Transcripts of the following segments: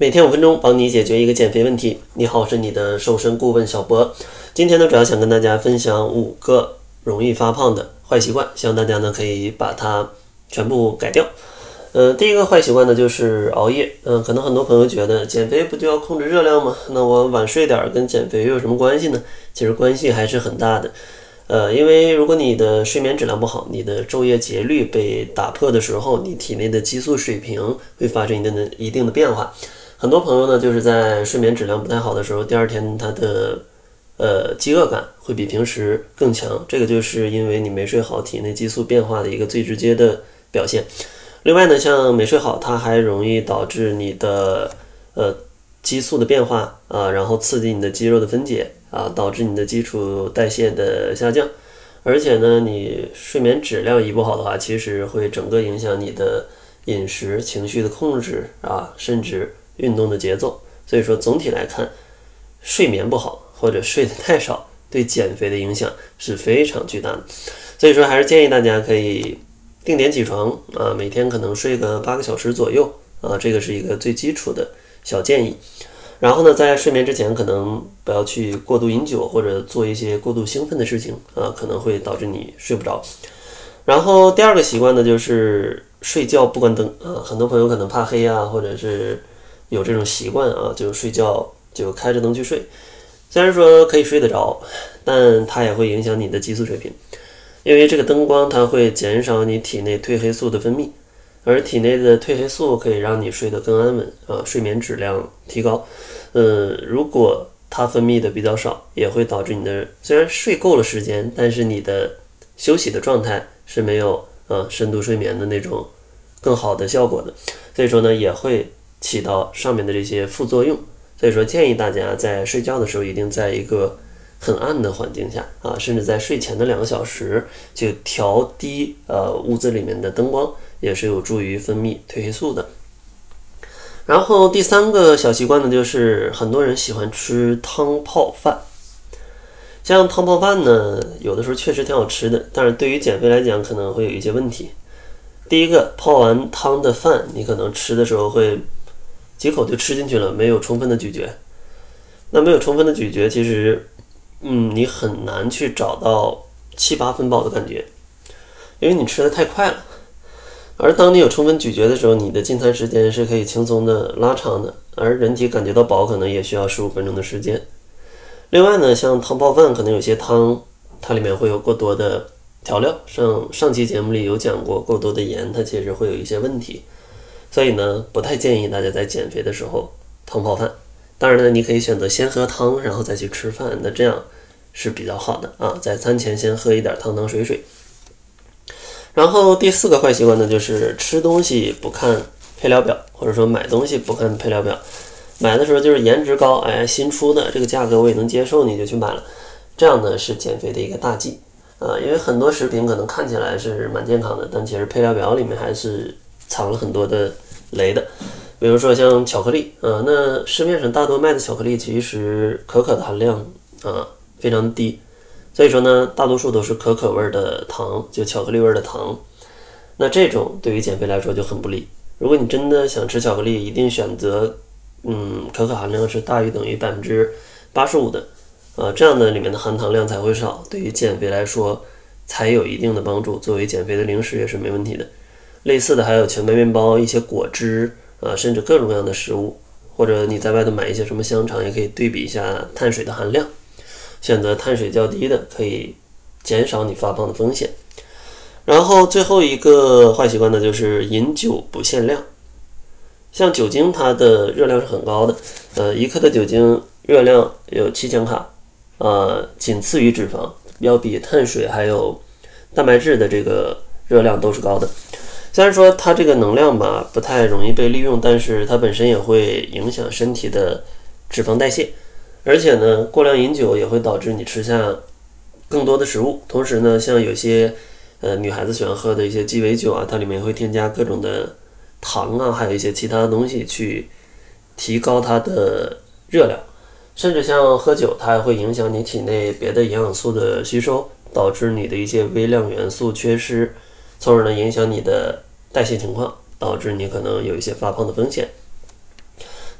每天5分钟，帮你解决一个减肥问题。你好，我是你的瘦身顾问小博。今天呢，主要想跟大家分享5个容易发胖的坏习惯，希望大家呢可以把它全部改掉。第一个坏习惯呢就是熬夜。可能很多朋友觉得减肥不就要控制热量吗？那我晚睡点跟减肥又有什么关系呢？其实关系还是很大的。因为如果你的睡眠质量不好，你的昼夜节律被打破的时候，你体内的激素水平会发生一定的变化。很多朋友呢，就是在睡眠质量不太好的时候，第二天他的饥饿感会比平时更强，这个就是因为你没睡好，体内激素变化的一个最直接的表现。另外呢，像没睡好，它还容易导致你的激素的变化然后刺激你的肌肉的分解导致你的基础代谢的下降。而且呢，你睡眠质量一不好的话，其实会整个影响你的饮食、情绪的控制甚至运动的节奏。所以说总体来看，睡眠不好或者睡得太少对减肥的影响是非常巨大的。所以说还是建议大家可以定点起床每天可能睡个8个小时左右这个是一个最基础的小建议。然后呢，在睡眠之前可能不要去过度饮酒或者做一些过度兴奋的事情可能会导致你睡不着。然后第二个习惯呢就是睡觉不关灯很多朋友可能怕黑或者是有这种习惯就睡觉就开着灯去睡。虽然说可以睡得着，但它也会影响你的激素水平，因为这个灯光它会减少你体内褪黑素的分泌，而体内的褪黑素可以让你睡得更安稳睡眠质量提高。如果它分泌的比较少，也会导致你的虽然睡够了时间，但是你的休息的状态是没有深度睡眠的那种更好的效果的，所以说呢也会起到上面的这些副作用。所以说建议大家在睡觉的时候一定在一个很暗的环境下甚至在睡前的2个小时就调低屋子里面的灯光，也是有助于分泌褪黑素的。然后第3个小习惯呢，就是很多人喜欢吃汤泡饭。像汤泡饭呢，有的时候确实挺好吃的，但是对于减肥来讲可能会有一些问题。第一个，泡完汤的饭你可能吃的时候会几口就吃进去了，没有充分的咀嚼。那没有充分的咀嚼，其实你很难去找到7、8分饱的感觉，因为你吃的太快了。而当你有充分咀嚼的时候，你的进餐时间是可以轻松的拉长的，而人体感觉到饱可能也需要15分钟的时间。另外呢，像汤泡饭可能有些汤它里面会有过多的调料，上期节目里有讲过，过多的盐它其实会有一些问题。所以呢，不太建议大家在减肥的时候汤泡饭。当然呢，你可以选择先喝汤然后再去吃饭，那这样是比较好的在餐前先喝一点汤水水。然后第4个坏习惯呢，就是吃东西不看配料表，或者说买东西不看配料表。买的时候就是颜值高，新出的这个价格我也能接受，你就去买了。这样呢是减肥的一个大忌因为很多食品可能看起来是蛮健康的，但其实配料表里面还是藏了很多的雷的。比如说像巧克力那市面上大多卖的巧克力其实可可的含量非常低，所以说呢大多数都是可可味的糖，就巧克力味的糖。那这种对于减肥来说就很不利。如果你真的想吃巧克力，一定选择可可含量是大于等于85%的这样的里面的含糖量才会少，对于减肥来说才有一定的帮助，作为减肥的零食也是没问题的。类似的还有全麦面包、一些果汁甚至各种各样的食物，或者你在外头买一些什么香肠，也可以对比一下碳水的含量，选择碳水较低的，可以减少你发胖的风险。然后最后一个坏习惯呢，就是饮酒不限量。像酒精它的热量是很高的1克的酒精热量有7000卡仅次于脂肪，要比碳水还有蛋白质的这个热量都是高的。虽然说它这个能量不太容易被利用，但是它本身也会影响身体的脂肪代谢，而且呢过量饮酒也会导致你吃下更多的食物。同时呢，像有些女孩子喜欢喝的一些鸡尾酒它里面会添加各种的糖还有一些其他的东西去提高它的热量。甚至像喝酒，它还会影响你体内别的营养素的吸收，导致你的一些微量元素缺失，从而呢影响你的代谢情况，导致你可能有一些发胖的风险。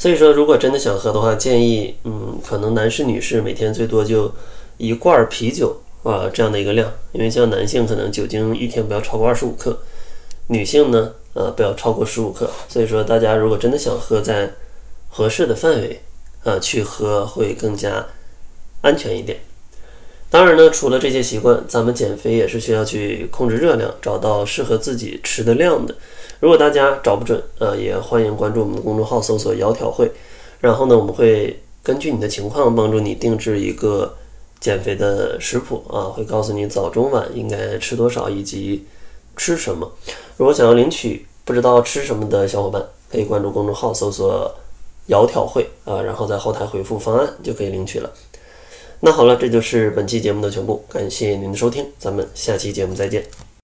所以说如果真的想喝的话，建议可能男士女士每天最多就1罐啤酒这样的一个量，因为像男性可能酒精一天不要超过25克，女性呢不要超过15克，所以说大家如果真的想喝，在合适的范围去喝会更加安全一点。当然呢，除了这些习惯，咱们减肥也是需要去控制热量，找到适合自己吃的量的。如果大家找不准也欢迎关注我们的公众号，搜索窈窕会，然后呢我们会根据你的情况帮助你定制一个减肥的食谱会告诉你早中晚应该吃多少以及吃什么。如果想要领取不知道吃什么的小伙伴，可以关注公众号搜索窈窕会然后在后台回复方案就可以领取了。那好了，这就是本期节目的全部，感谢您的收听，咱们下期节目再见。